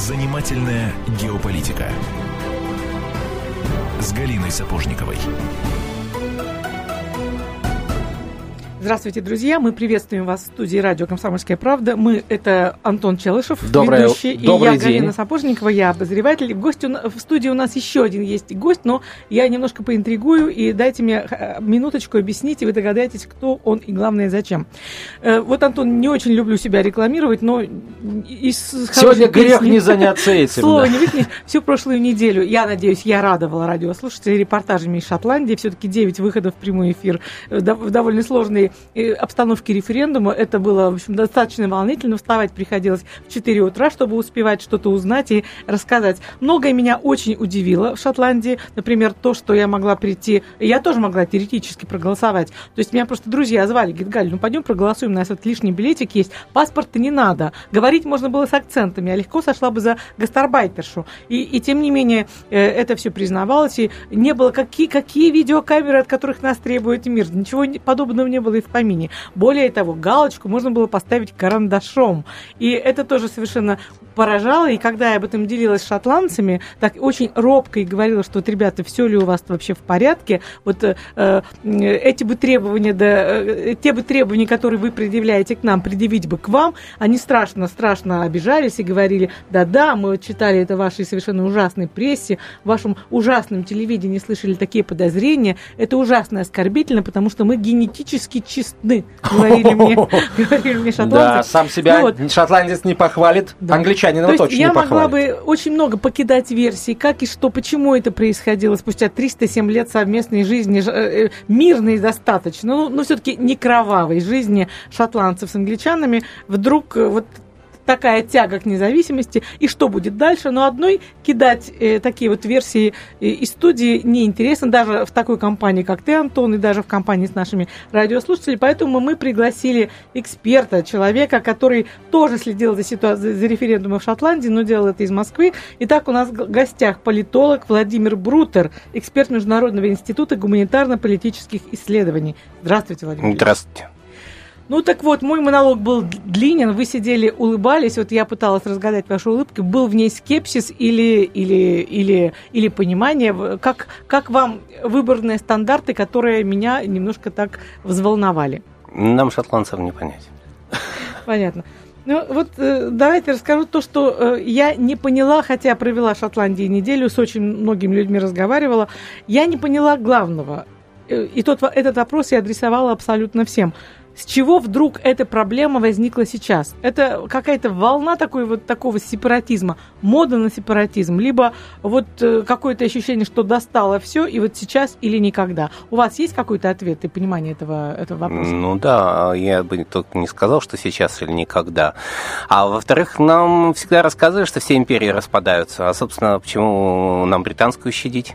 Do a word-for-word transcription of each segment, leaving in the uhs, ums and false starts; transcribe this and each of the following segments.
Занимательная геополитика с Галиной Сапожниковой. Здравствуйте, друзья. Мы приветствуем вас в студии радио «Комсомольская правда». Мы – это Антон Челышев, Доброе, ведущий, добрый и я, день. Галина Сапожникова, я обозреватель. В, гости, в студии у нас еще один есть гость, но я немножко поинтригую, и дайте мне минуточку объяснить, и вы догадаетесь, кто он и, главное, зачем. Вот, Антон, не очень люблю себя рекламировать, но... Из Сегодня грех не заняться этим. Слово да. не выкинешь. Всю прошлую неделю, я надеюсь, я радовала радиослушателей репортажами из Шотландии. Все-таки девять выходов в прямой эфир в довольно сложные обстановке референдума. Это было, в общем, достаточно волнительно. Вставать приходилось в четыре утра, чтобы успевать что-то узнать и рассказать. Многое меня очень удивило в Шотландии. Например, то, что я могла прийти... Я тоже могла теоретически проголосовать. То есть меня просто друзья звали. Говорят, Галь, ну пойдем проголосуем, у нас вот лишний билетик есть. Паспорта не надо. Говорить можно было с акцентами. Я легко сошла бы за гастарбайтершу. И, и тем не менее, это все признавалось. И не было... Какие, какие видеокамеры, от которых нас требует мир? Ничего подобного не было и в помине. Более того, галочку можно было поставить карандашом. И это тоже совершенно поражало. И когда я об этом делилась с шотландцами, так очень робко и говорила, что вот, ребята, все ли у вас вообще в порядке, вот э, эти бы требования, да, э, те бы требования, которые вы предъявляете к нам, предъявить бы к вам, они страшно-страшно обижались и говорили, да-да, мы вот читали это в вашей совершенно ужасной прессе, в вашем ужасном телевидении слышали такие подозрения, это ужасно оскорбительно, потому что мы генетически честны, говорили мне, говорили мне шотландцы. Да, сам себя ну, вот, шотландец не похвалит, да. Англичанин его точно не похвалит. Я могла бы очень много покидать версий, как и что, почему это происходило спустя триста семь лет совместной жизни, э, мирной достаточно, но, но все-таки не кровавой жизни шотландцев с англичанами, вдруг э, вот такая тяга к независимости, и что будет дальше, но одной кидать э, такие вот версии э, из студии неинтересно, даже в такой компании, как ты, Антон, и даже в компании с нашими радиослушателями, поэтому мы пригласили эксперта, человека, который тоже следил за ситуацией, за референдумом в Шотландии, но делал это из Москвы. Итак, у нас в гостях политолог Владимир Брутер, эксперт Международного института гуманитарно-политических исследований. Здравствуйте, Владимир. Здравствуйте. Ну так вот, мой монолог был длинен, вы сидели, улыбались, вот я пыталась разгадать вашу улыбку, был в ней скепсис или, или, или, или понимание, как, как вам выборные стандарты, которые меня немножко так взволновали? Нам, шотландцам, не понять. Понятно. Ну вот э, давайте расскажу то, что э, я не поняла, хотя провела в Шотландии неделю, с очень многими людьми разговаривала, я не поняла главного, и тот, этот вопрос я адресовала абсолютно всем. С чего вдруг эта проблема возникла сейчас? Это какая-то волна такой, вот, такого сепаратизма, мода на сепаратизм, либо вот э, какое-то ощущение, что достало все, и вот сейчас или никогда. У вас есть какой-то ответ и понимание этого, этого вопроса? Ну да, я бы только не сказал, что сейчас или никогда. А во-вторых, нам всегда рассказывают, что все империи распадаются. А, собственно, почему нам британскую щадить?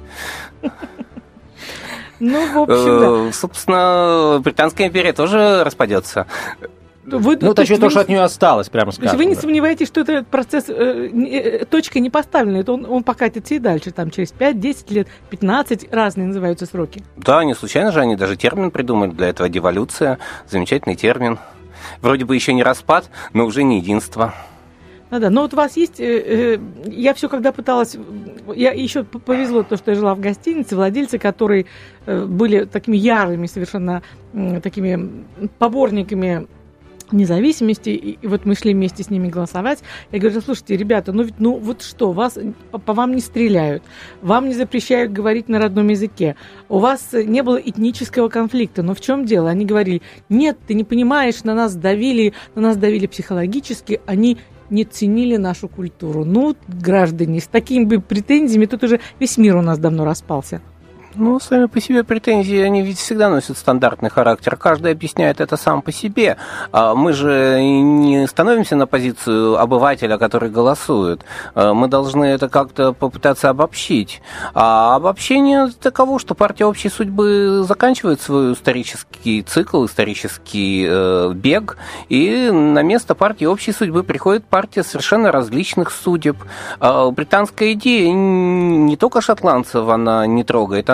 Ну, в общем, да. Собственно, Британская империя тоже распадется. Вы, ну, точнее, то, что от нее осталось, прямо скажем. Вы не да. сомневаетесь, что этот процесс, э, точка не поставлена, это он, он покатится и дальше, там через пять-десять лет, пятнадцать, разные называются сроки. Да, не случайно же они даже термин придумали для этого, деволюция, замечательный термин. Вроде бы еще не распад, но уже не единство. Ну да, но вот у вас есть, э, э, я все когда пыталась, я еще повезло то, что я жила в гостинице, владельцы, которые э, были такими ярыми совершенно э, такими поборниками независимости, и, и вот мы шли вместе с ними голосовать. Я говорю, слушайте, ребята, ну ведь, ну вот что, вас, по, по вам не стреляют, вам не запрещают говорить на родном языке, у вас не было этнического конфликта, но в чем дело? Они говорили, нет, ты не понимаешь, на нас давили, на нас давили психологически, они не ценили нашу культуру. Ну, граждане, с такими бы претензиями тут уже весь мир у нас давно распался. Ну, сами по себе претензии, они ведь всегда носят стандартный характер. Каждый объясняет это сам по себе. Мы же не становимся на позицию обывателя, который голосует. Мы должны это как-то попытаться обобщить. А обобщение таково, что партия общей судьбы заканчивает свой исторический цикл, исторический бег, и на место партии общей судьбы приходит партия совершенно различных судеб. Британская идея не только шотландцев она не трогает, она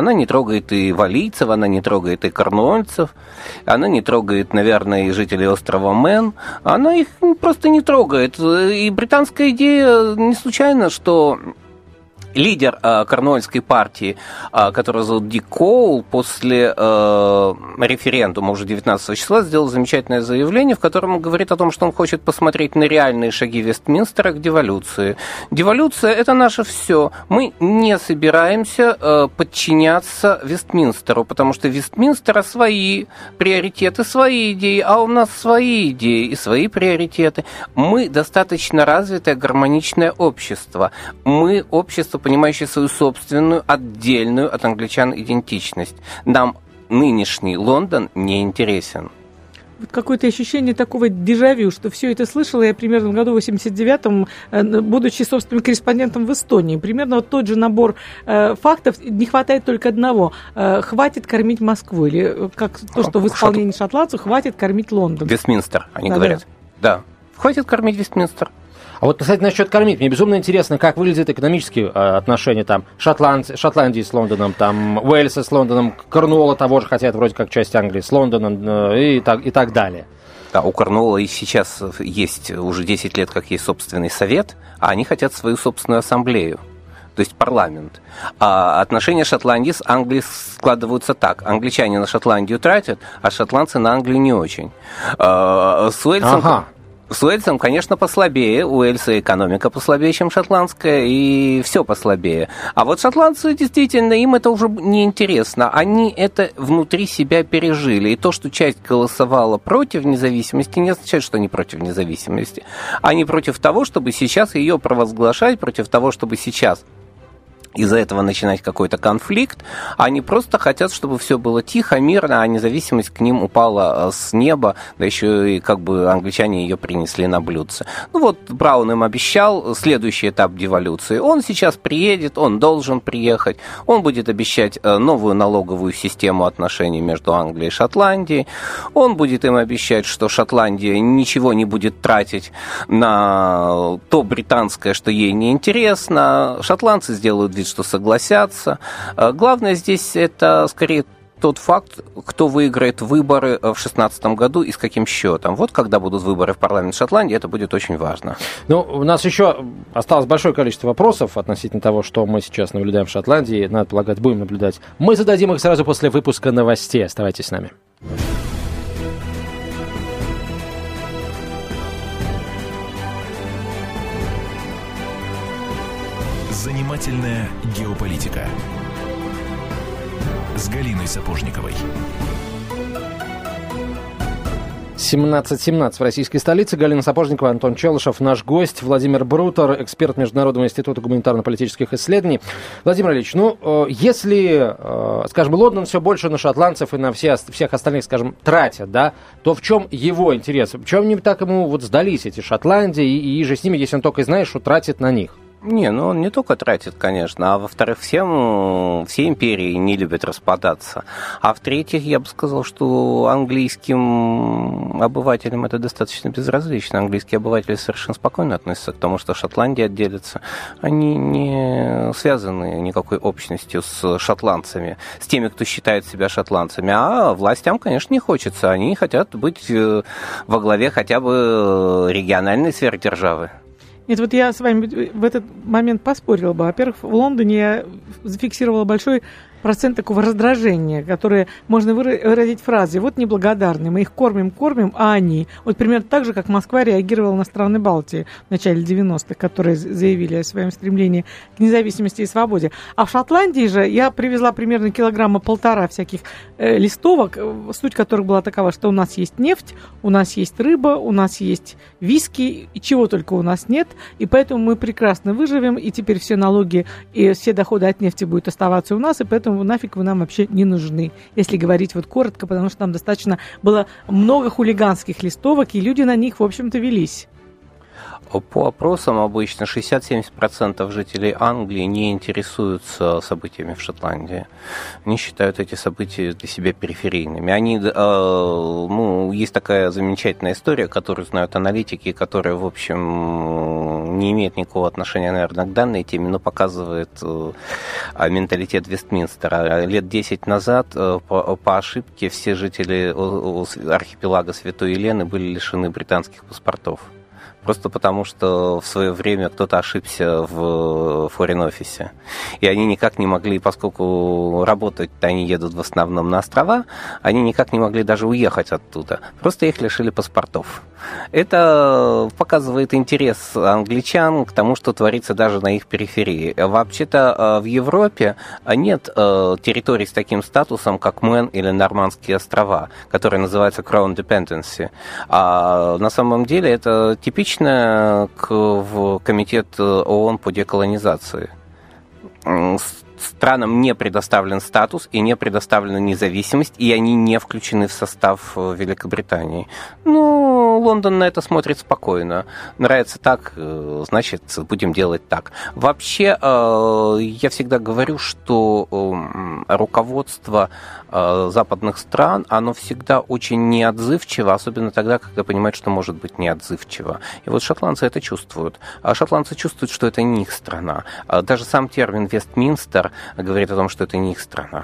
Она не трогает и валийцев, она не трогает и корнуольцев, она не трогает, наверное, и жителей острова Мэн. Она их просто не трогает. И британская идея не случайно, что лидер э, корнуольской партии, э, который зовут Дик Коул, после э, референдума уже девятнадцатого числа сделал замечательное заявление, в котором он говорит о том, что он хочет посмотреть на реальные шаги Вестминстера к деволюции. Деволюция – это наше все. Мы не собираемся э, подчиняться Вестминстеру, потому что Вестминстера свои приоритеты, свои идеи, а у нас свои идеи и свои приоритеты. Мы достаточно развитое, гармоничное общество. Мы общество, понимающее свою собственную, отдельную от англичан идентичность. Нам нынешний Лондон не интересен. Вот какое-то ощущение такого дежавю, что все это слышала я примерно в году восемьдесят девятом, будучи собственным корреспондентом в Эстонии. Примерно вот тот же набор э, фактов, не хватает только одного. Э, хватит кормить Москву, или как то, что в исполнении шотландцев, хватит кормить Лондон. Вестминстер, они да, говорят. Да. да, хватит кормить Вестминстер. А вот, кстати, насчет кормить. Мне безумно интересно, как выглядят экономические э, отношения там Шотланд... Шотландии с Лондоном, там Уэльса с Лондоном, Корнуолла того же хотят вроде как часть Англии с Лондоном э, и, так, и так далее. Да, у Корнуолла и сейчас есть уже десять лет, как есть собственный совет, а они хотят свою собственную ассамблею. То есть парламент. А отношения Шотландии с Англией складываются так. Англичане на Шотландию тратят, а шотландцы на Англию не очень. А, с Уэльсом... Ага. С Уэльсом, конечно, послабее. У Уэльса экономика послабее, чем шотландская, и все послабее. А вот шотландцы, действительно, им это уже не интересно. Они это внутри себя пережили. И то, что часть голосовала против независимости, не означает, что они против независимости. Они против того, чтобы сейчас ее провозглашать, против того, чтобы сейчас из-за этого начинать какой-то конфликт. Они просто хотят, чтобы все было тихо, мирно, а независимость к ним упала с неба, да еще и как бы англичане ее принесли на блюдце. Ну вот Браун им обещал следующий этап деволюции. Он сейчас приедет, он должен приехать, он будет обещать новую налоговую систему отношений между Англией и Шотландией, он будет им обещать, что Шотландия ничего не будет тратить на то британское, что ей не интересно, шотландцы сделают вид, что согласятся. Главное здесь это скорее тот факт, кто выиграет выборы в шестнадцатом году и с каким счетом. Вот когда будут выборы в парламент Шотландии, это будет очень важно. Ну, у нас еще осталось большое количество вопросов относительно того, что мы сейчас наблюдаем в Шотландии. Надо полагать, будем наблюдать. Мы зададим их сразу после выпуска новостей. Оставайтесь с нами. Занимательная геополитика с Галиной Сапожниковой. семнадцать семнадцать в российской столице. Галина Сапожникова, Антон Челышев, наш гость. Владимир Брутер, эксперт Международного института гуманитарно-политических исследований. Владимир Ильич, ну, если, скажем, Лондон все больше на шотландцев и на все, всех остальных, скажем, тратят, да, то в чем его интерес? В чем не так ему вот сдались эти Шотландии и, и же с ними, если он только и знает, что тратит на них? Не, ну он не только тратит, конечно, а во-вторых, всем, все империи не любят распадаться. А в-третьих, я бы сказал, что английским обывателям это достаточно безразлично. Английские обыватели совершенно спокойно относятся к тому, что Шотландия отделится. Они не связаны никакой общностью с шотландцами, с теми, кто считает себя шотландцами. А властям, конечно, не хочется. Они хотят быть во главе хотя бы региональной сферы державы. Нет, вот я с вами в этот момент поспорила бы. Во-первых, в Лондоне я зафиксировала большой процент такого раздражения, которое можно выразить фразой: вот неблагодарные, мы их кормим, кормим, а они. Вот примерно так же, как Москва реагировала на страны Балтии в начале девяностых, которые заявили о своем стремлении к независимости и свободе. А в Шотландии же я привезла примерно килограмма полтора всяких э, листовок, суть которых была такова, что у нас есть нефть, у нас есть рыба, у нас есть виски, и чего только у нас нет, и поэтому мы прекрасно выживем, и теперь все налоги и все доходы от нефти будут оставаться у нас, и поэтому нафиг вы нам вообще не нужны, если говорить вот коротко, потому что там достаточно было много хулиганских листовок, и люди на них, в общем-то, велись. По опросам обычно шестьдесят-семьдесят процентов жителей Англии не интересуются событиями в Шотландии. Они считают эти события для себя периферийными. Они, э, ну, есть такая замечательная история, которую знают аналитики, которая, в общем, не имеет никакого отношения, наверное, к данной теме, но показывает э, менталитет Вестминстера. Лет десять назад э, по, по ошибке все жители архипелага Святой Елены были лишены британских паспортов. Просто потому, что в свое время кто-то ошибся в форин-офисе. И они никак не могли, поскольку работать они едут в основном на острова, они никак не могли даже уехать оттуда. Просто их лишили паспортов. Это показывает интерес англичан к тому, что творится даже на их периферии. Вообще-то в Европе нет территорий с таким статусом, как Мэн или Нормандские острова, которые называются Crown Dependency. А на самом деле это типично к, в комитет ООН по деколонизации. Странам не предоставлен статус и не предоставлена независимость, и они не включены в состав Великобритании. Ну, Лондон на это смотрит спокойно. Нравится так, значит, будем делать так. Вообще, я всегда говорю, что руководство западных стран, оно всегда очень неотзывчиво, особенно тогда, когда понимают, что может быть неотзывчиво. И вот шотландцы это чувствуют. А шотландцы чувствуют, что это не их страна. Даже сам термин «Вестминстер» говорит о том, что это не их страна.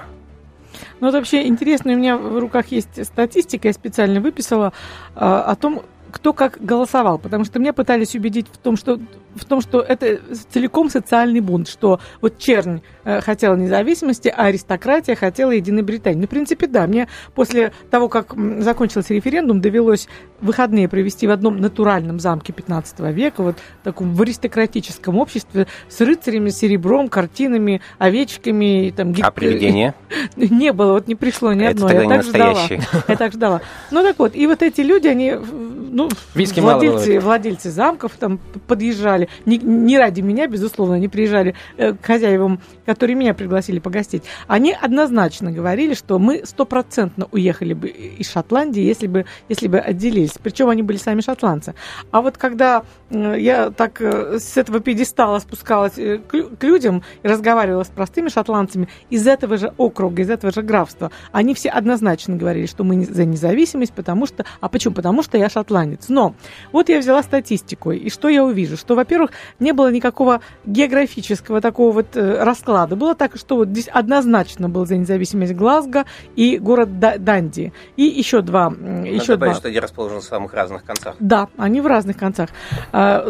Ну, вот вообще интересно, у меня в руках есть статистика, я специально выписала а, о том, кто как голосовал, потому что меня пытались убедить в том, что, в том, что это целиком социальный бунт, что вот чернь э, хотела независимости, а аристократия хотела Единой Британии. Ну, в принципе, да, мне после того, как закончился референдум, довелось выходные провести в одном натуральном замке пятнадцатого века, вот таком в аристократическом обществе, с рыцарями, серебром, картинами, овечками. Там, а привидения? Не было, вот не пришло ни одно. Это тогда не настоящий. Я так ждала. Ну, так вот, и вот эти люди, они... Ну, владельцы, владельцы замков там подъезжали, не, не ради меня, безусловно, они приезжали э, к хозяевам, которые меня пригласили погостить. Они однозначно говорили, что мы стопроцентно уехали бы из Шотландии, если бы, если бы отделились. Причем они были сами шотландцы. А вот когда э, я так э, с этого пьедестала спускалась э, к, к людям и разговаривала с простыми шотландцами из этого же округа, из этого же графства, они все однозначно говорили, что мы за независимость, потому что... А почему? Потому что я шотландец. Но вот я взяла статистику, и что я увижу? Что, во-первых, не было никакого географического такого вот э, расклада. Было так, что вот здесь однозначно был за независимость Глазго и город Данди. И еще два. Надо еще добавить, два. что они расположены в самых разных концах. Да, они в разных концах. А,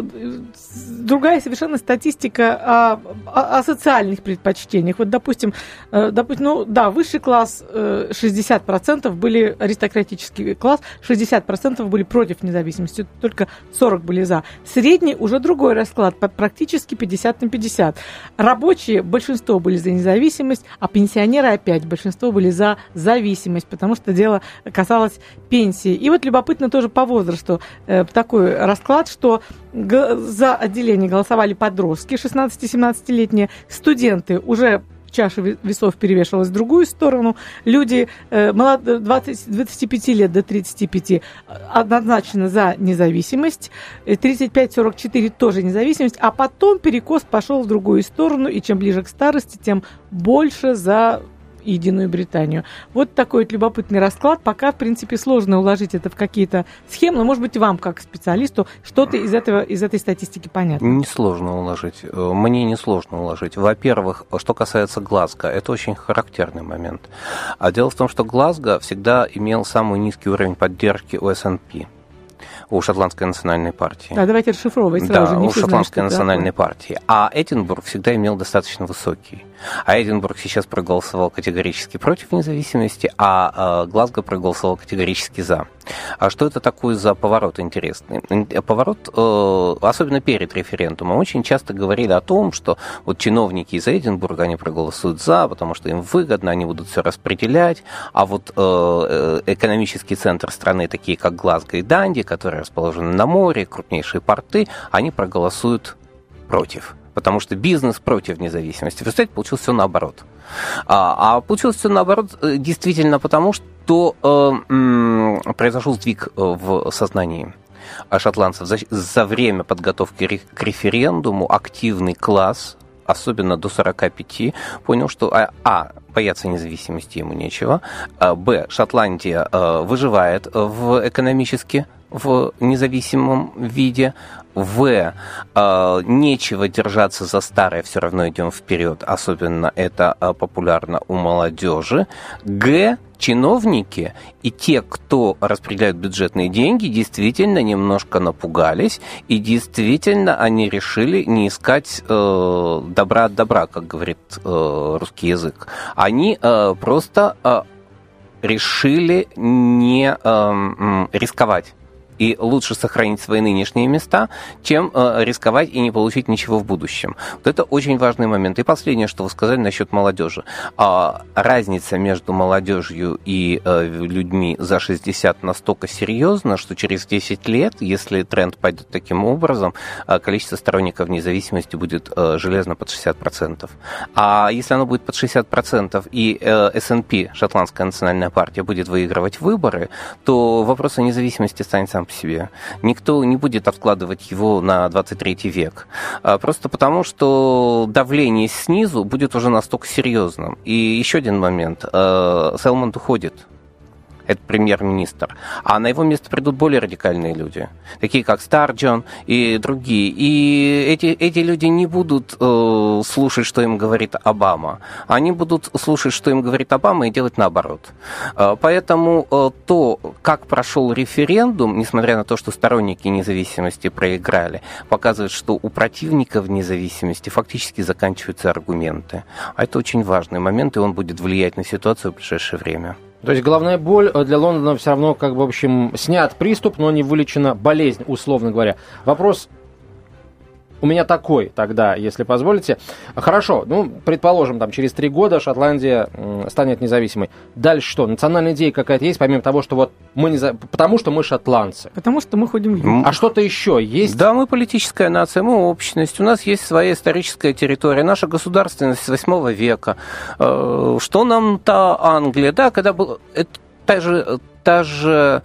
другая совершенно статистика о, о, о социальных предпочтениях. Вот, допустим, э, допустим, ну да, высший класс э, шестьдесят процентов были аристократический класс, шестьдесят процентов были против независимости, только сорок были за. Средний уже другой расклад, практически пятьдесят на пятьдесят. Рабочие, большинство были за независимость, а пенсионеры опять, большинство были за зависимость, потому что дело касалось пенсии. И вот любопытно тоже по возрасту э, такой расклад, что г- за отделение голосовали подростки, шестнадцати-семнадцатилетние, студенты уже чаша весов перевешивалась в другую сторону. Люди э, молод... двадцать, двадцать пять лет до тридцати пяти однозначно за независимость, тридцать пять сорок четыре тоже независимость, а потом перекос пошел в другую сторону, и чем ближе к старости, тем больше за Единую Британию. Вот такой вот любопытный расклад. Пока, в принципе, сложно уложить это в какие-то схемы, но, может быть, вам, как специалисту, что-то из этого, из этой статистики понятно. Несложно уложить. Мне несложно уложить. Во-первых, что касается Глазго, это очень характерный момент. А дело в том, что Глазго всегда имел самый низкий уровень поддержки у эс эн пи. У Шотландской национальной партии. Да, давайте расшифровывать сразу же. Да, у Шотландской знают, национальной партии. А Эдинбург всегда имел достаточно высокий. А Эдинбург сейчас проголосовал категорически против независимости, а э, Глазго проголосовал категорически за. А что это такое за поворот интересный? Поворот, э, особенно перед референдумом, очень часто говорили о том, что вот чиновники из Эдинбурга, они проголосуют за, потому что им выгодно, они будут все распределять, а вот э, экономический центр страны, такие как Глазго и Данди, которые расположены на море, крупнейшие порты, они проголосуют против. Потому что бизнес против независимости. В результате получилось все наоборот. А, а получилось все наоборот действительно потому, что э, м, произошел сдвиг в сознании. шотландцев за, за время подготовки к референдуму активный класс, особенно до сорока пяти, понял, что а, а бояться независимости ему нечего, а, б, Шотландия а, выживает в экономически в независимом виде, в, э, нечего держаться за старое, все равно идем вперед, особенно это э, популярно у молодежи, г, чиновники и те, кто распределяют бюджетные деньги, действительно немножко напугались, и действительно они решили не искать э, добра от добра, как говорит э, русский язык. Они э, просто э, решили не э, рисковать. И лучше сохранить свои нынешние места, чем э, рисковать и не получить ничего в будущем. Вот это очень важный момент. И последнее, что вы сказали насчет молодежи. А, разница между молодежью и э, людьми за шестьдесят настолько серьезна, что через десять лет, если тренд пойдет таким образом, э, количество сторонников независимости будет э, железно под шестьдесят процентов. А если оно будет под шестьдесят процентов и э, эс эн пи, Шотландская национальная партия, будет выигрывать выборы, то вопрос о независимости станет сам по себе. Никто не будет откладывать его на двадцать третий век. Просто потому, что давление снизу будет уже настолько серьезным. И еще один момент. Селмонд уходит. Это премьер-министр. А на его место придут более радикальные люди, такие как Старджон и другие. И эти, эти люди не будут э, слушать, что им говорит Обама. Они будут слушать, что им говорит Обама, и делать наоборот. Э, поэтому э, то, как прошел референдум, несмотря на то, что сторонники независимости проиграли, показывает, что у противников независимости фактически заканчиваются аргументы. А это очень важный момент, и он будет влиять на ситуацию в ближайшее время. То есть головная боль для Лондона все равно, как бы, в общем, снят приступ, но не вылечена болезнь, условно говоря. Вопрос у меня такой тогда, если позволите. Хорошо, ну, предположим, там через три года Шотландия станет независимой. Дальше что? Национальная идея какая-то есть, помимо того, что вот мы не... Потому что мы шотландцы. Потому что мы ходим в юг. А что-то еще есть? Да, мы политическая нация, мы общность. У нас есть своя историческая территория, наша государственность с восьмого века. Что нам та Англия? Да, когда был... Это та же... Та же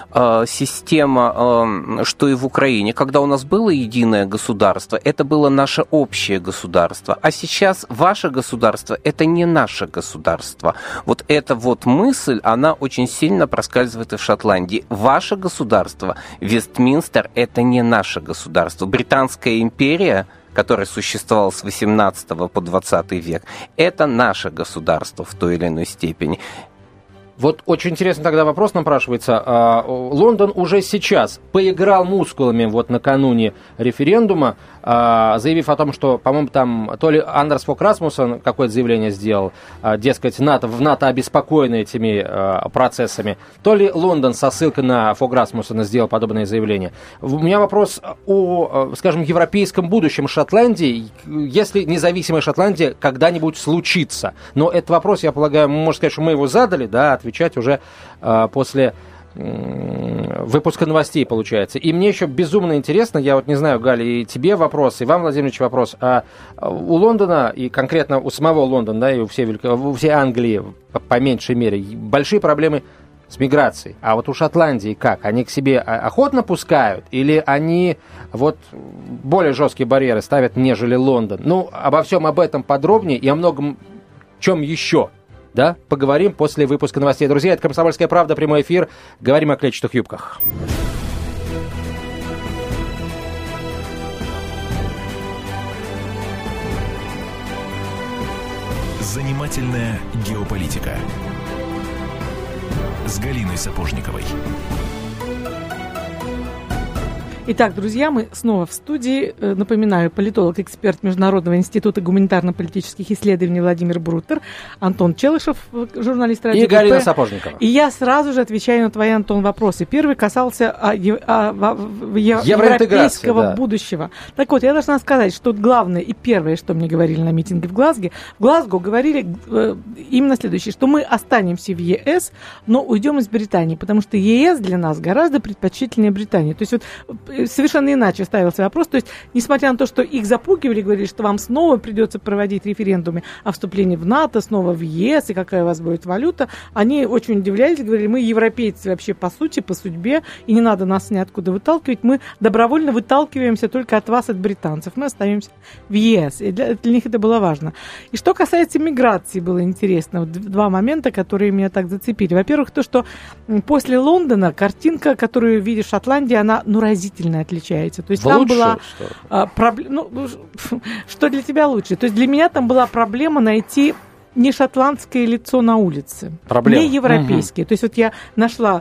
система, что и в Украине. Когда у нас было единое государство, это было наше общее государство. А сейчас ваше государство – это не наше государство. Вот эта вот мысль, она очень сильно проскальзывает и в Шотландии. Ваше государство, Вестминстер – это не наше государство. Британская империя, которая существовала с восемнадцатого по двадцатый век, это наше государство в той или иной степени. Вот очень интересно тогда вопрос напрашивается. Лондон уже сейчас поиграл мускулами вот накануне референдума, заявив о том, что, по-моему, там то ли Андерс Фог Расмуссен какое-то заявление сделал, дескать, НАТО, в НАТО обеспокоены этими процессами, то ли Лондон со ссылкой на Фог Расмуссена сделал подобное заявление. У меня вопрос о, скажем, европейском будущем Шотландии, если независимая Шотландия когда-нибудь случится. Но этот вопрос, я полагаю, можно сказать, что мы его задали, да, отвечать уже э, после э, выпуска новостей, получается. И мне еще безумно интересно, я вот не знаю, Галя, и тебе вопрос, и вам, Владимир Ильич, вопрос. А у Лондона, и конкретно у самого Лондона, да, и у всей, Велико... у всей Англии, по, по меньшей мере, большие проблемы с миграцией. А вот у Шотландии как? Они к себе охотно пускают? Или они вот более жесткие барьеры ставят, нежели Лондон? Ну, обо всем об этом подробнее и о многом чем еще. Да, поговорим после выпуска новостей. Друзья, это «Комсомольская правда», прямой эфир. Говорим о клетчатых юбках. Занимательная геополитика с Галиной Сапожниковой. Итак, друзья, мы снова в студии. Напоминаю, политолог, эксперт Международного института гуманитарно-политических исследований Владимир Брутер, Антон Челышев, журналист радио и Галина Сапожникова. И я сразу же отвечаю на твои, Антон, вопросы. Первый касался о, о, о, о, европейского да. будущего. Так вот, я должна сказать, что главное и первое, что мне говорили на митинге в Глазго, в Глазго говорили э, именно следующее, что мы останемся в е эс, но уйдем из Британии, потому что е эс для нас гораздо предпочтительнее Британии. То есть вот совершенно иначе ставился вопрос. То есть, несмотря на то, что их запугивали, говорили, что вам снова придется проводить референдумы о вступлении в НАТО, снова в ЕС, и какая у вас будет валюта, они очень удивлялись, говорили, мы европейцы вообще по сути, по судьбе, и не надо нас ниоткуда выталкивать, мы добровольно выталкиваемся только от вас, от британцев, мы остаемся в ЕС, и для, для них это было важно. И что касается миграции, было интересно, вот два момента, которые меня так зацепили. Во-первых, то, что после Лондона картинка, которую видишь в Шотландии, она, ну, разительно отличается. То есть в там лучше, была а, проблема, ну, что для тебя лучше? То есть для меня там была проблема найти не шотландское лицо на улице, проблема. Не европейские. Угу. То есть вот я нашла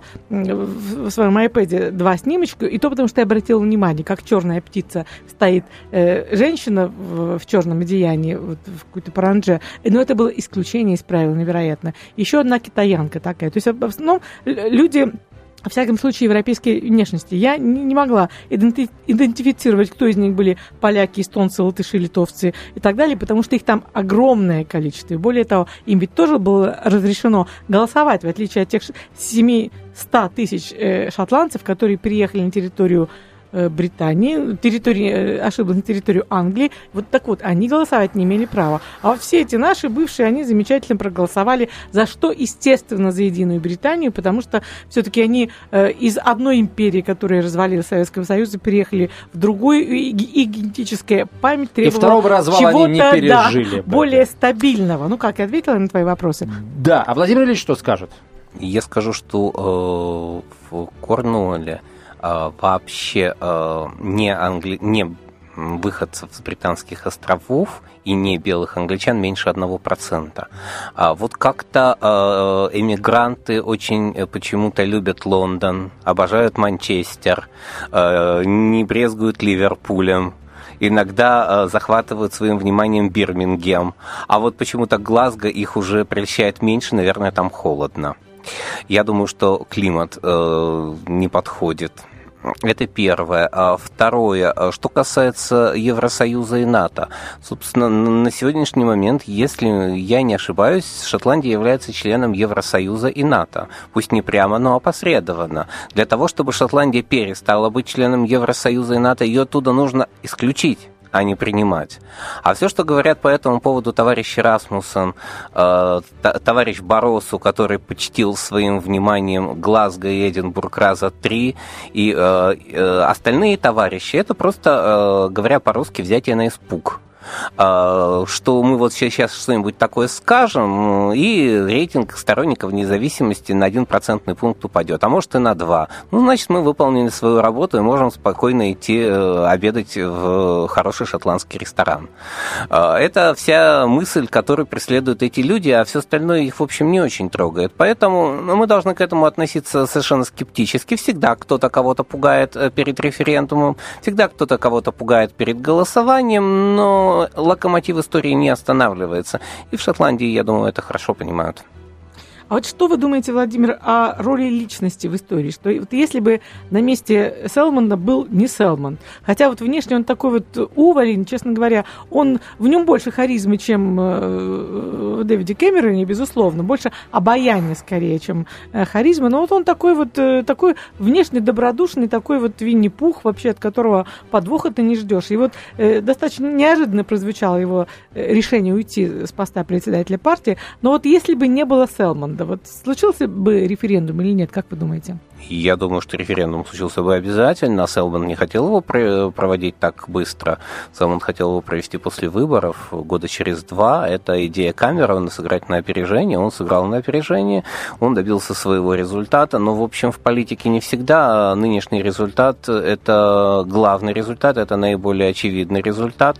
в своем iPad два снимочка, и то потому, что я обратила внимание, как черная птица стоит э, женщина в, в черном одеянии, вот, в какой-то паранже. Но это было исключение из правил, невероятно. Еще одна китаянка такая. То есть в основном люди... Во всяком случае, европейской внешности. Я не, не могла иденти- идентифицировать, кто из них были поляки, эстонцы, латыши, литовцы и так далее, потому что их там огромное количество. И более того, им ведь тоже было разрешено голосовать, в отличие от тех семьсот тысяч э, шотландцев, которые переехали на территорию Британии, территории, ошиблась, на территорию Англии. Вот так вот, они голосовать не имели права. А вот все эти наши бывшие, они замечательно проголосовали, за что, естественно, за Единую Британию, потому что все-таки они э, из одной империи, которая развалила Советского Союза, переехали в другую, и, и генетическая память требовала и второго развала они не пережили. Да, более стабильного. Ну как, я ответила на твои вопросы? Да. А Владимир Ильич что скажет? Я скажу, что э, в Корнуолле вообще э, не, англи... не выходцев с британских островов и не белых англичан меньше одного процента. А вот как-то э, эмигранты очень почему-то любят Лондон, обожают Манчестер, э, не брезгуют Ливерпулем. Иногда э, захватывают своим вниманием Бирмингем. А вот почему-то Глазго их уже прельщает меньше, наверное, там холодно. Я думаю, что климат э, не подходит. Это первое. А второе, что касается Евросоюза и НАТО. Собственно, на сегодняшний момент, если я не ошибаюсь, Шотландия является членом Евросоюза и НАТО. Пусть не прямо, но опосредованно. Для того, чтобы Шотландия перестала быть членом Евросоюза и НАТО, ее оттуда нужно исключить, а не принимать. А все, что говорят по этому поводу товарищ Расмуссен, э, товарищ Барросу, который почтил своим вниманием Глазго и Эдинбург раза три, и э, э, остальные товарищи, это просто, э, говоря по-русски, взятие на испуг. Что мы вот сейчас что-нибудь такое скажем, и рейтинг сторонников независимости на один процентный пункт упадет, а может и на два. Ну, значит, мы выполнили свою работу и можем спокойно идти обедать в хороший шотландский ресторан. Это вся мысль, которую преследуют эти люди, а все остальное их, в общем, не очень трогает. Поэтому мы должны к этому относиться совершенно скептически. Всегда кто-то кого-то пугает перед референдумом, всегда кто-то кого-то пугает перед голосованием, но локомотив истории не останавливается. И в Шотландии, я думаю, это хорошо понимают. А вот что вы думаете, Владимир, о роли личности в истории? Что вот если бы на месте Селмонда был не Селмонд, хотя вот внешне он такой вот уволень, честно говоря, он, в нем больше харизмы, чем э, в Дэвиде Кэмероне, безусловно, больше обаяния скорее, чем э, харизма, но вот он такой вот, э, такой внешне добродушный, такой вот Винни-Пух, вообще от которого подвоха ты не ждешь. И вот э, достаточно неожиданно прозвучало его решение уйти с поста председателя партии, но вот если бы не было Селмонда, вот случился бы референдум или нет, как вы думаете? Я думаю, что референдум случился бы обязательно. Селмонд не хотел его проводить так быстро. Селмонд хотел его провести после выборов года через два. Это идея Камерона сыграть на опережение. Он сыграл на опережение, он добился своего результата. Но, в общем, в политике не всегда нынешний результат – это главный результат, это наиболее очевидный результат.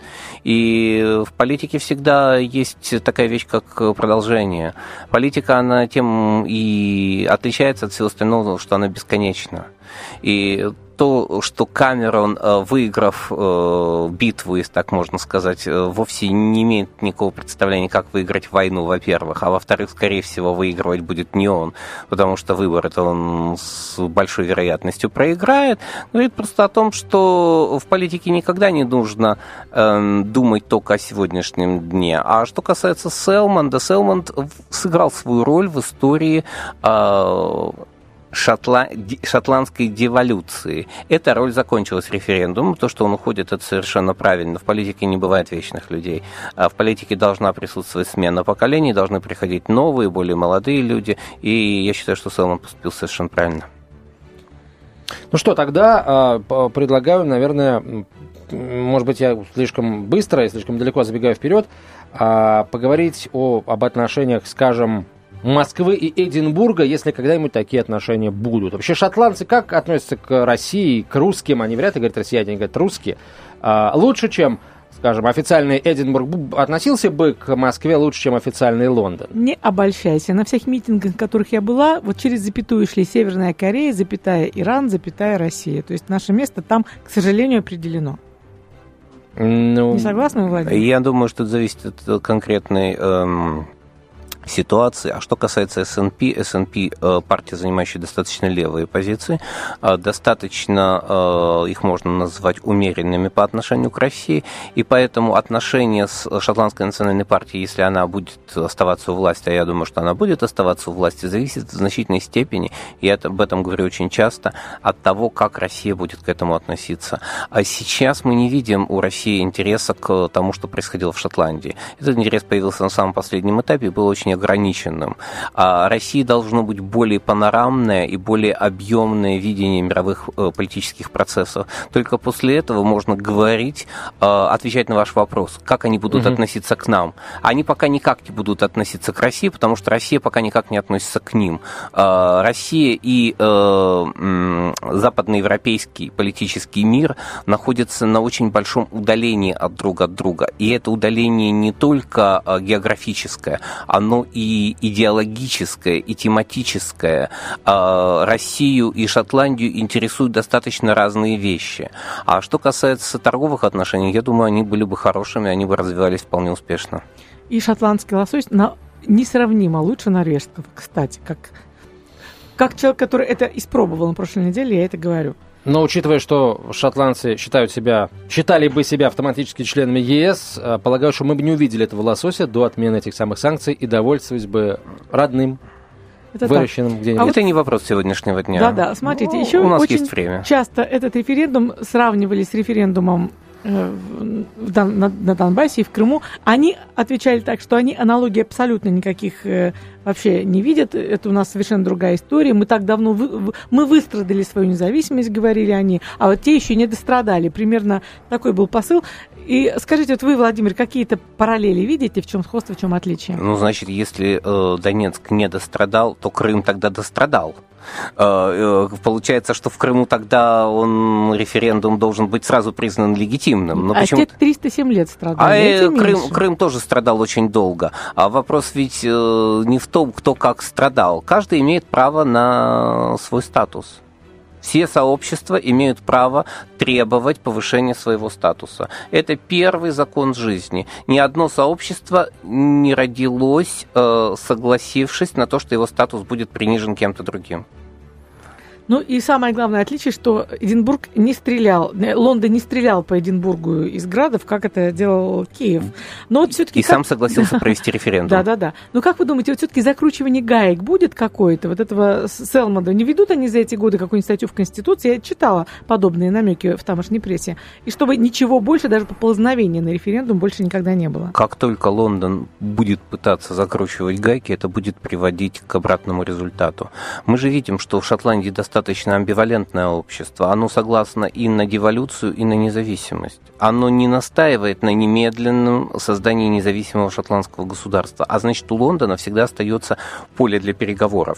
И в политике всегда есть такая вещь, как продолжение. Политика, она тем и отличается от всего остального, что она бесконечно. И то, что Камерон, выиграв битву, если так можно сказать, вовсе не имеет никакого представления, как выиграть войну, во-первых, а во-вторых, скорее всего, выигрывать будет не он, потому что выбор это он с большой вероятностью проиграет, говорит просто о том, что в политике никогда не нужно э, думать только о сегодняшнем дне. А что касается Селмонда, Селмонд сыграл свою роль в истории э, шотла... шотландской деволюции. Эта роль закончилась референдумом. То, что он уходит, это совершенно правильно. В политике не бывает вечных людей. В политике должна присутствовать смена поколений, должны приходить новые, более молодые люди. И я считаю, что Сэлмон поступил совершенно правильно. Ну что, тогда э, предлагаю, наверное, может быть, я слишком быстро и слишком далеко забегаю вперед, э, поговорить о, об отношениях, скажем, Москвы и Эдинбурга, если когда-нибудь такие отношения будут. Вообще шотландцы как относятся к России, к русским? Они вряд ли говорят россияне, они говорят русские. Э, лучше, чем, скажем, официальный Эдинбург относился бы к Москве лучше, чем официальный Лондон? Не обольщайся. На всех митингах, на которых я была, вот через запятую шли Северная Корея, запятая Иран, запятая Россия. То есть наше место там, к сожалению, определено. Ну, не согласны, Владимир? Я думаю, что это зависит от конкретной эм, ситуации. А что касается эс эн пи, эс эн пи э, партия, занимающая достаточно левые позиции, э, достаточно э, их можно назвать умеренными по отношению к России, и поэтому отношения с шотландской национальной партией, если она будет оставаться у власти, а я думаю, что она будет оставаться у власти, зависит в значительной степени, и я об этом говорю очень часто, от того, как Россия будет к этому относиться. А сейчас мы не видим у России интереса к тому, что происходило в Шотландии. Этот интерес появился на самом последнем этапе и был очень ограниченным. А России должно быть более панорамное и более объемное видение мировых э, политических процессов. Только после этого можно говорить, э, отвечать на ваш вопрос, как они будут угу. относиться к нам. Они пока никак не будут относиться к России, потому что Россия пока никак не относится к ним. Э, Россия и э, э, западноевропейский политический мир находятся на очень большом удалении от друг от друга. И это удаление не только э, географическое, оно и идеологическое, и тематическое. Россию и Шотландию интересуют достаточно разные вещи. А что касается торговых отношений, я думаю, они были бы хорошими, они бы развивались вполне успешно. И шотландский лосось на... несравнимо лучше норвежского, кстати, как... как человек, который это испробовал на прошлой неделе, я это говорю. Но учитывая, что шотландцы считают себя, считали бы себя автоматически членами е эс, полагаю, что мы бы не увидели этого лосося до отмены этих самых санкций и довольствовались бы родным, это выращенным где-нибудь. А это вот... не вопрос сегодняшнего дня. Да-да, смотрите, ну, еще у нас очень есть время. Часто этот референдум сравнивали с референдумом в Дон, на, на Донбассе и в Крыму. Они отвечали так, что они аналогий абсолютно никаких э, вообще не видят. Это у нас совершенно другая история. Мы так давно вы, мы выстрадали свою независимость, говорили они, а вот те еще не дострадали. Примерно такой был посыл. И скажите, вот вы, Владимир, какие-то параллели видите, в чем сходство, в чем отличие? Ну, значит, если э, Донецк не дострадал, то Крым тогда дострадал. Получается, что в Крыму тогда он, референдум должен быть сразу признан легитимным. Но а те триста семь лет страдали. А Крым, Крым тоже страдал очень долго. А вопрос ведь не в том, кто как страдал. Каждый имеет право на свой статус. Все сообщества имеют право требовать повышения своего статуса. Это первый закон жизни. Ни одно сообщество не родилось, согласившись на то, что его статус будет принижен кем-то другим. Ну и самое главное отличие, что Эдинбург не стрелял, Лондон не стрелял по Эдинбургу из градов, как это делал Киев. Но вот все-таки и как... сам согласился провести референдум. Да-да-да. Но как вы думаете, вот все-таки закручивание гаек будет какое-то, вот этого Сэлмона? Не ведут они за эти годы какую-нибудь статью в Конституции? Я читала подобные намеки в тамошней прессе. И чтобы ничего больше, даже поползновения на референдум больше никогда не было. Как только Лондон будет пытаться закручивать гайки, это будет приводить к обратному результату. Мы же видим, что в Шотландии достаточно достаточно амбивалентное общество. Оно согласно и на деволюцию, и на независимость. Оно не настаивает на немедленном создании независимого шотландского государства. А значит, у Лондона всегда остается поле для переговоров.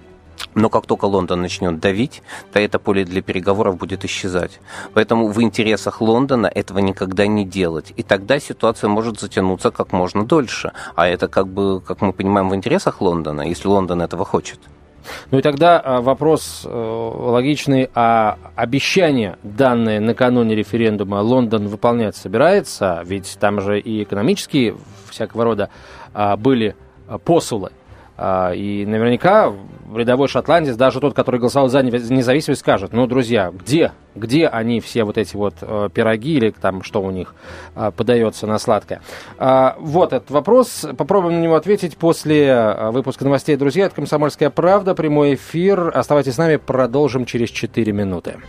Но как только Лондон начнет давить, то это поле для переговоров будет исчезать. Поэтому в интересах Лондона этого никогда не делать. И тогда ситуация может затянуться как можно дольше. А это, как бы, как мы понимаем, в интересах Лондона, если Лондон этого хочет. Ну и тогда вопрос э, логичный, а обещания, данные накануне референдума, Лондон выполнять собирается? Ведь там же и экономические всякого рода э, были посулы. И наверняка рядовой шотландец, даже тот, который голосовал за независимость, скажет: ну, друзья, где, где они, все вот эти вот пироги или там что у них подается на сладкое? Вот этот вопрос. Попробуем на него ответить после выпуска новостей, друзья. Это «Комсомольская правда», прямой эфир. Оставайтесь с нами, продолжим через четыре минуты.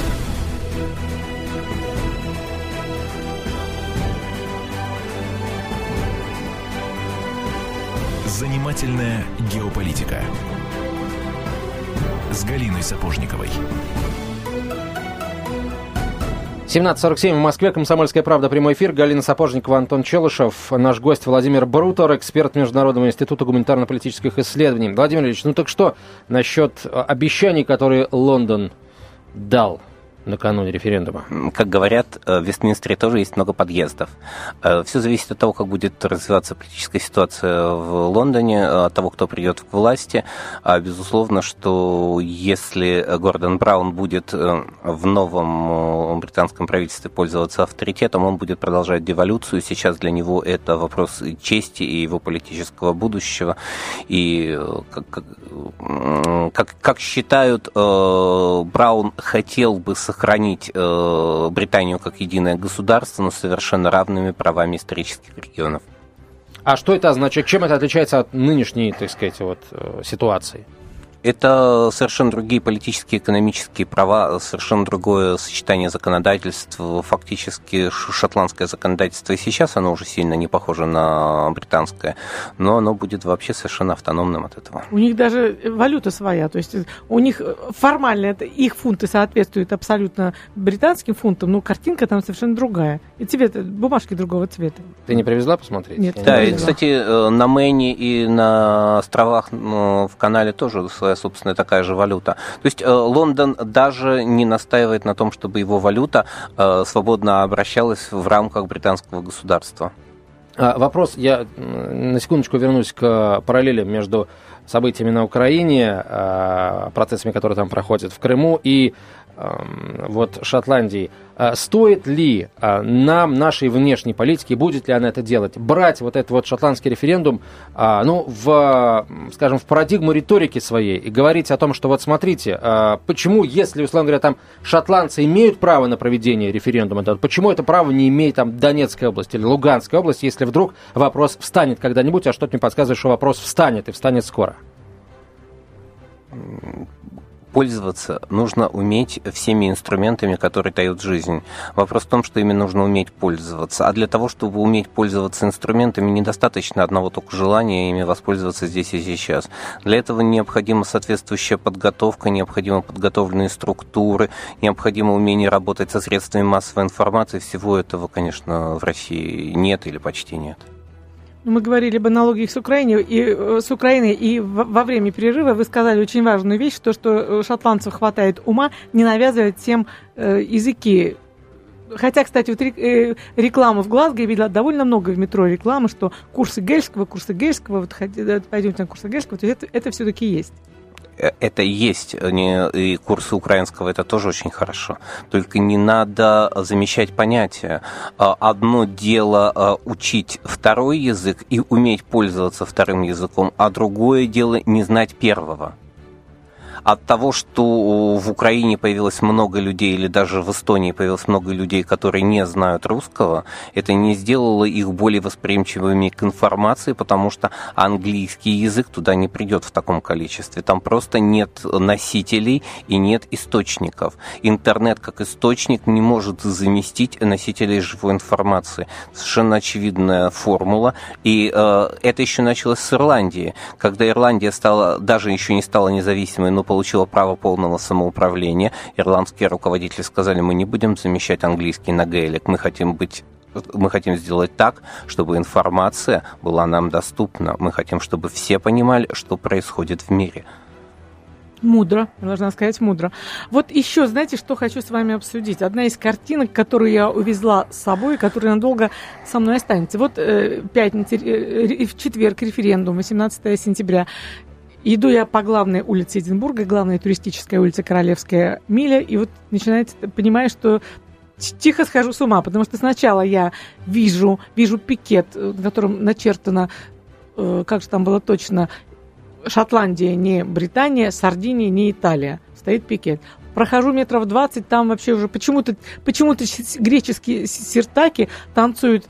Занимательная геополитика с Галиной Сапожниковой. семнадцать сорок семь в Москве. «Комсомольская правда», прямой эфир. Галина Сапожникова, Антон Челышев. Наш гость Владимир Брутер, эксперт Международного института гуманитарно-политических исследований. Владимир Ильич, ну так что насчет обещаний, которые Лондон дал накануне референдума? Как говорят, в Вестминстере тоже есть много подъездов. Все зависит от того, как будет развиваться политическая ситуация в Лондоне, от того, кто придет к власти. Безусловно, что если Гордон Браун будет в новом британском правительстве пользоваться авторитетом, он будет продолжать деволюцию. Сейчас для него это вопрос чести и его политического будущего. И как, как, как считают, Браун хотел бы сохранить сохранить э, Британию как единое государство, но с совершенно равными правами исторических регионов. А что это означает? Чем это отличается от нынешней, так сказать, вот, ситуации? Это совершенно другие политические, экономические права, совершенно другое сочетание законодательств. Фактически шотландское законодательство и сейчас, оно уже сильно не похоже на британское, но оно будет вообще совершенно автономным от этого. У них даже валюта своя, то есть у них формально это, их фунты соответствуют абсолютно британским фунтам, но картинка там совершенно другая. И цвет, бумажки другого цвета. Ты не привезла посмотреть? Нет. Да, и, кстати, на Мэне и на островах в канале тоже своя собственная такая же валюта. То есть Лондон даже не настаивает на том, чтобы его валюта свободно обращалась в рамках британского государства. Вопрос, я на секундочку вернусь к параллелям между событиями на Украине, процессами, которые там проходят в Крыму, и вот Шотландии. Стоит ли нам, нашей внешней политике, будет ли она это делать, брать вот этот вот шотландский референдум, ну, в, скажем, в парадигму риторики своей и говорить о том, что вот смотрите, почему, если, условно говоря, там шотландцы имеют право на проведение референдума, то почему это право не имеет там Донецкая область или Луганская область, если вдруг вопрос встанет когда-нибудь, а что-то мне подсказывает, что вопрос встанет и встанет скоро? Пользоваться нужно уметь всеми инструментами, которые дают жизнь. Вопрос в том, что ими нужно уметь пользоваться. А для того, чтобы уметь пользоваться инструментами, недостаточно одного только желания ими воспользоваться здесь и сейчас. Для этого необходима соответствующая подготовка, необходимы подготовленные структуры, необходимо умение работать со средствами массовой информации. Всего этого, конечно, в России нет или почти нет. Мы говорили об аналогиях с Украиной, и, с Украиной, и во время перерыва вы сказали очень важную вещь, то, что шотландцев хватает ума не навязывать всем э, языки. Хотя, кстати, вот реклама в Глазго, я видела довольно много в метро рекламы, что курсы гельского, курсы гельского, вот пойдемте на курсы гельского, то это, это все-таки есть. Это есть, и курсы украинского, это тоже очень хорошо. Только не надо замещать понятия. Одно дело учить второй язык и уметь пользоваться вторым языком, а другое дело не знать первого. От того, что в Украине появилось много людей, или даже в Эстонии появилось много людей, которые не знают русского, это не сделало их более восприимчивыми к информации, потому что английский язык туда не придет в таком количестве. Там просто нет носителей и нет источников. Интернет как источник не может заместить носителей живой информации. Совершенно очевидная формула. И э, это еще началось с Ирландии. Когда Ирландия стала, даже еще не стала независимой, но получила право полного самоуправления, ирландские руководители сказали: мы не будем замещать английский на гейлик, мы хотим быть Мы хотим сделать так, чтобы информация была нам доступна. Мы хотим, чтобы все понимали, что происходит в мире. Мудро, я должна сказать, мудро. Вот еще, знаете, что хочу с вами обсудить? Одна из картинок, которую я увезла с собой, которая надолго со мной останется. Вот э, пятница, э, в четверг референдум, восемнадцатого сентября. Иду я по главной улице Эдинбурга, главная туристическая улица Королевская миля, и вот начинается, понимаю, что тихо схожу с ума, потому что сначала я вижу, вижу пикет, на котором начертано, как же там было точно, Шотландия не Британия, Сардиния не Италия. Стоит пикет. Прохожу метров двадцать, там вообще уже почему-то, почему-то греческие сиртаки танцуют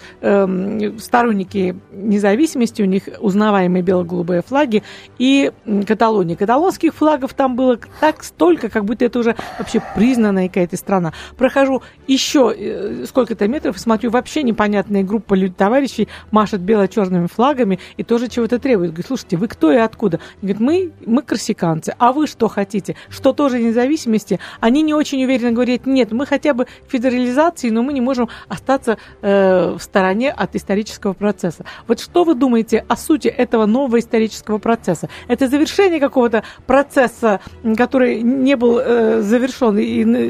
э, сторонники независимости, у них узнаваемые бело-голубые флаги, и Каталония. Каталонских флагов там было так столько, как будто это уже вообще признанная какая-то страна. Прохожу еще э, сколько-то метров и смотрю, вообще непонятная группа товарищей машет бело-черными флагами и тоже чего-то требует. Говорит, слушайте, вы кто и откуда? Говорит, мы, мы корсиканцы, а вы что хотите? Что тоже независимости? Они не очень уверенно говорят, нет, мы хотя бы федерализации, но мы не можем остаться э, в стороне от исторического процесса. Вот что вы думаете о сути этого нового исторического процесса? Это завершение какого-то процесса, который не был э, завершен, и,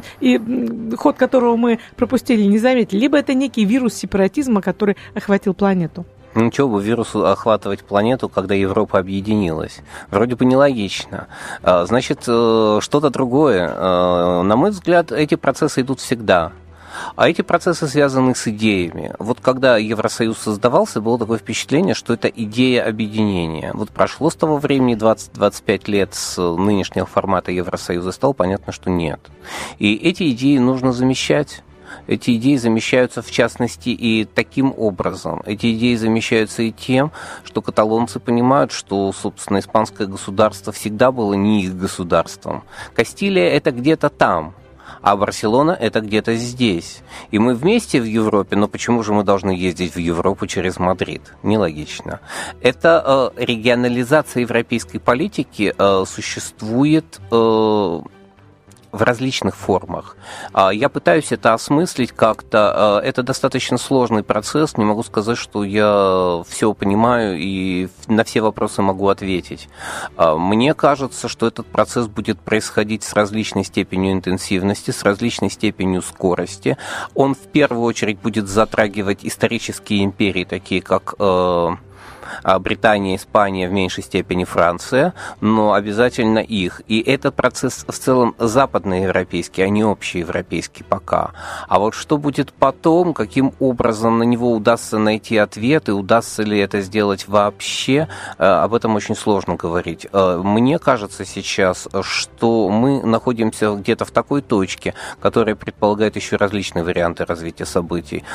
и ход которого мы пропустили, не заметили, либо это некий вирус сепаратизма, который охватил планету? Ничего бы вирусу охватывать планету, когда Европа объединилась. Вроде бы нелогично. Значит, что-то другое. На мой взгляд, эти процессы идут всегда. А эти процессы связаны с идеями. Вот когда Евросоюз создавался, было такое впечатление, что это идея объединения. Вот прошло с того времени двадцать-двадцать пять лет с нынешнего формата Евросоюза, стало понятно, что нет. И эти идеи нужно замещать. Эти идеи замещаются, в частности, и таким образом. Эти идеи замещаются и тем, что каталонцы понимают, что, собственно, испанское государство всегда было не их государством. Кастилия – это где-то там, а Барселона – это где-то здесь. И мы вместе в Европе, но почему же мы должны ездить в Европу через Мадрид? Нелогично. Это э, регионализация европейской политики э, существует... Э, в различных формах. Я пытаюсь это осмыслить как-то. Это достаточно сложный процесс. Не могу сказать, что я все понимаю и на все вопросы могу ответить. Мне кажется, что этот процесс будет происходить с различной степенью интенсивности, с различной степенью скорости. Он в первую очередь будет затрагивать исторические империи, такие как Британия, Испания, в меньшей степени Франция, но обязательно их. И этот процесс в целом западноевропейский, а не общеевропейский пока. А вот что будет потом, каким образом на него удастся найти ответы, удастся ли это сделать вообще, об этом очень сложно говорить. Мне кажется сейчас, что мы находимся где-то в такой точке, которая предполагает еще различные варианты развития событий,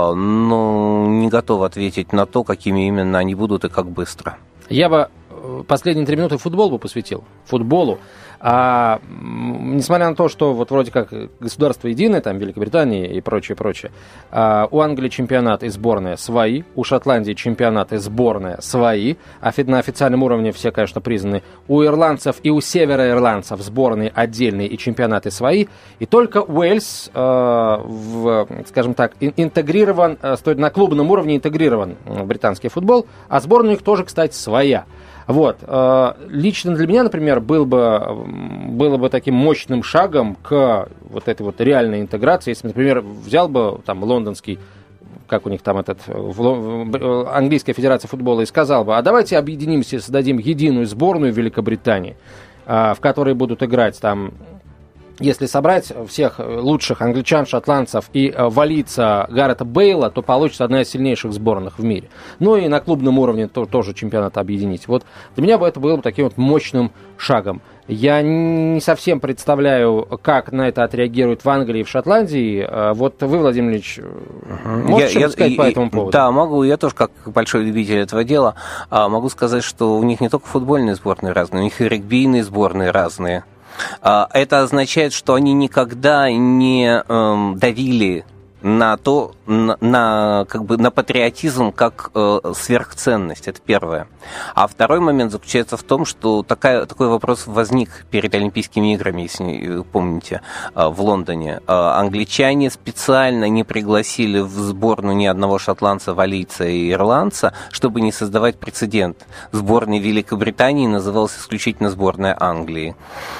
но не готов ответить на то, какими именно они будут и как быстро. Я бы последние три минуты футбол бы посвятил. Футболу. А, несмотря на то, что вот вроде как государство единое, там Великобритания и прочее, прочее, а, у Англии чемпионат и сборная свои, у Шотландии чемпионат и сборная свои, а на официальном уровне все, конечно, признаны. У ирландцев и у североирландцев сборные отдельные и чемпионаты свои, и только Уэльс, а, в, скажем так, интегрирован, стоит на клубном уровне интегрирован в британский футбол, а сборная у них тоже, кстати, своя. Вот. Лично для меня, например, был бы, было бы таким мощным шагом к вот этой вот реальной интеграции, если, например, взял бы там лондонский, как у них там этот, английская федерация футбола, и сказал бы, а давайте объединимся и создадим единую сборную Великобритании, в которой будут играть там, если собрать всех лучших англичан, шотландцев и валийца Гарета Бейла, то получится одна из сильнейших сборных в мире. Ну и на клубном уровне то, тоже чемпионат объединить. Вот для меня бы это было бы таким вот мощным шагом. Я не совсем представляю, как на это отреагируют в Англии и в Шотландии. Вот вы, Владимир Ильич, можете что-то сказать по этому поводу? Да, могу. Я тоже, как большой любитель этого дела, могу сказать, что у них не только футбольные сборные разные, у них и регбийные сборные разные. Это означает, что они никогда не эм, давили на то, на, на, как бы, на патриотизм как э, сверхценность, это первое. А второй момент заключается в том, что такая, такой вопрос возник перед Олимпийскими играми, если помните, э, в Лондоне. Э, англичане специально не пригласили в сборную ни одного шотландца, валийца и ирландца, чтобы не создавать прецедент. Сборная Великобритании называлась исключительно сборная Англии.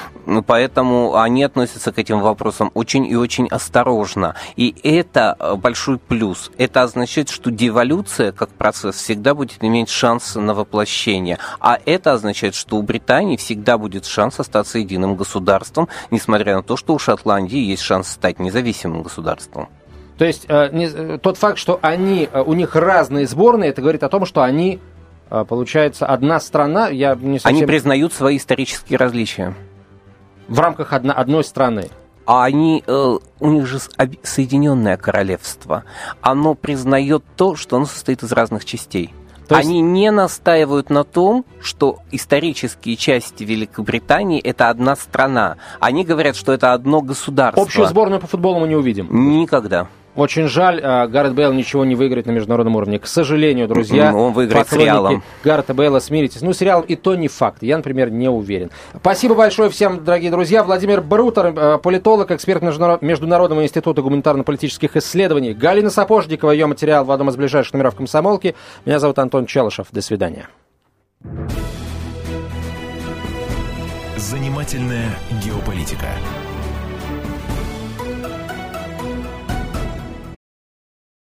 Поэтому они относятся к этим вопросам очень и очень осторожно. И это большой плюс. Это означает, что деволюция как процесс всегда будет иметь шанс на воплощение. А это означает, что у Британии всегда будет шанс остаться единым государством, несмотря на то, что у Шотландии есть шанс стать независимым государством. То есть э, не, тот факт, что они, у них разные сборные, это говорит о том, что они Получается, одна страна, я не совсем... Они признают свои исторические различия. В рамках одно, одной страны. А они, э, у них же Соединенное Королевство. Оно признает то, что оно состоит из разных частей. То есть... Они не настаивают на том, что исторические части Великобритании – это одна страна. Они говорят, что это одно государство. Общую сборную по футболу мы не увидим? Никогда. Очень жаль, Гарет Бейл ничего не выиграет на международном уровне. К сожалению, друзья, ну, он выиграет с Реалом. Гарета Бейла, смиритесь. Ну, с Реалом и то не факт. Я, например, не уверен. Спасибо большое всем, дорогие друзья. Владимир Брутер, политолог, эксперт Международного института гуманитарно-политических исследований. Галина Сапожникова, ее материал в одном из ближайших номеров «Комсомолки». Меня зовут Антон Челышев. До свидания. Занимательная геополитика.